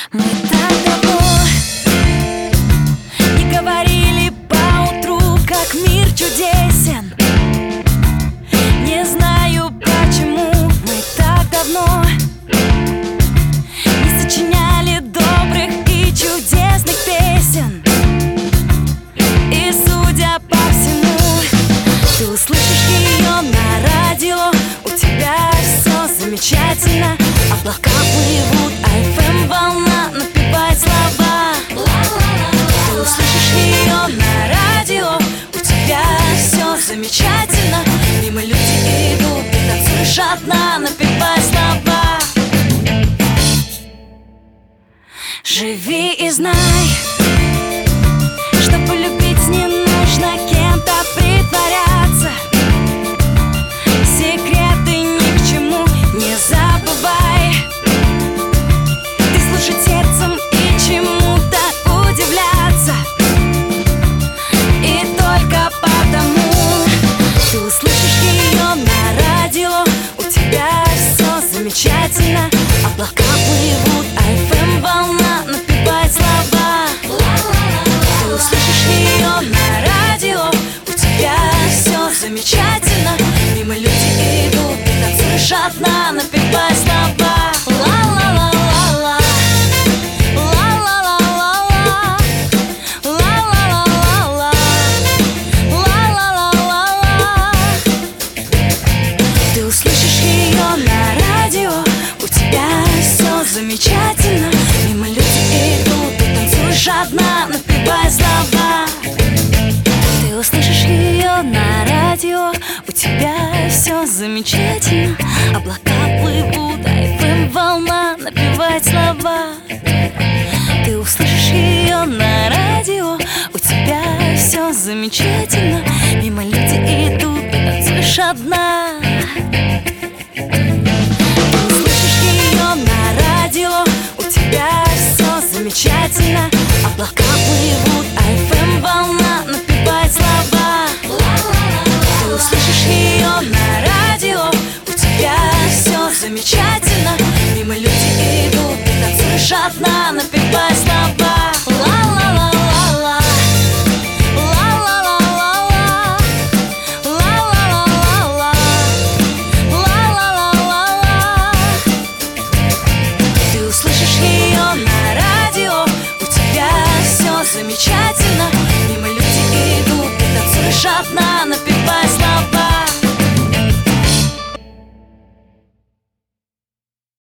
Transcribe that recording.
Мы так давно не говорили поутру, как мир чудесен. Не знаю почему мы так давно не сочиняли добрых и чудесных песен. И судя по всему, ты услышишь ее на радио. У тебя все замечательно, облака плывут, а FM волна напевает слова. Ты услышишь ее на радио. У тебя все замечательно, мимо люди идут, ты танцуешь одна, напевай слова. Живи и знай, что полюбить не нужно кем-то притворяться. Секреты ни к чему не забывай. Ты слушать сердцем и чему-то удивляться. И только потому ты услышишь ее на радио. У тебя все замечательно, облака плывут, а FM волна напевает слова. Ты услышишь ее на радио. У тебя все замечательно, мимо люди идут, ты танцуешь одна, напевай слова. Ла-ла-ла-ла-ла, ла-ла-ла-ла-ла, ла-ла-ла-ла-ла, ла-ла-ла-ла-ла. Ты услышишь ее на радио. У тебя все замечательно, мимо люди идут, ты танцуешь одна, напевай слова. Ты услышишь ее на радио. У тебя все замечательно, облака плывут, а FM волна напевает слова. Ты услышишь ее на радио. У тебя все замечательно, мимо люди идут, ты танцуешь одна. Ты услышишь ее на радио. У тебя все замечательно, облака плывут, а FM волна напевает слова. Ты услышишь ее на радио. У тебя все замечательно, мимо люди идут, ты танцуешь одна, напевай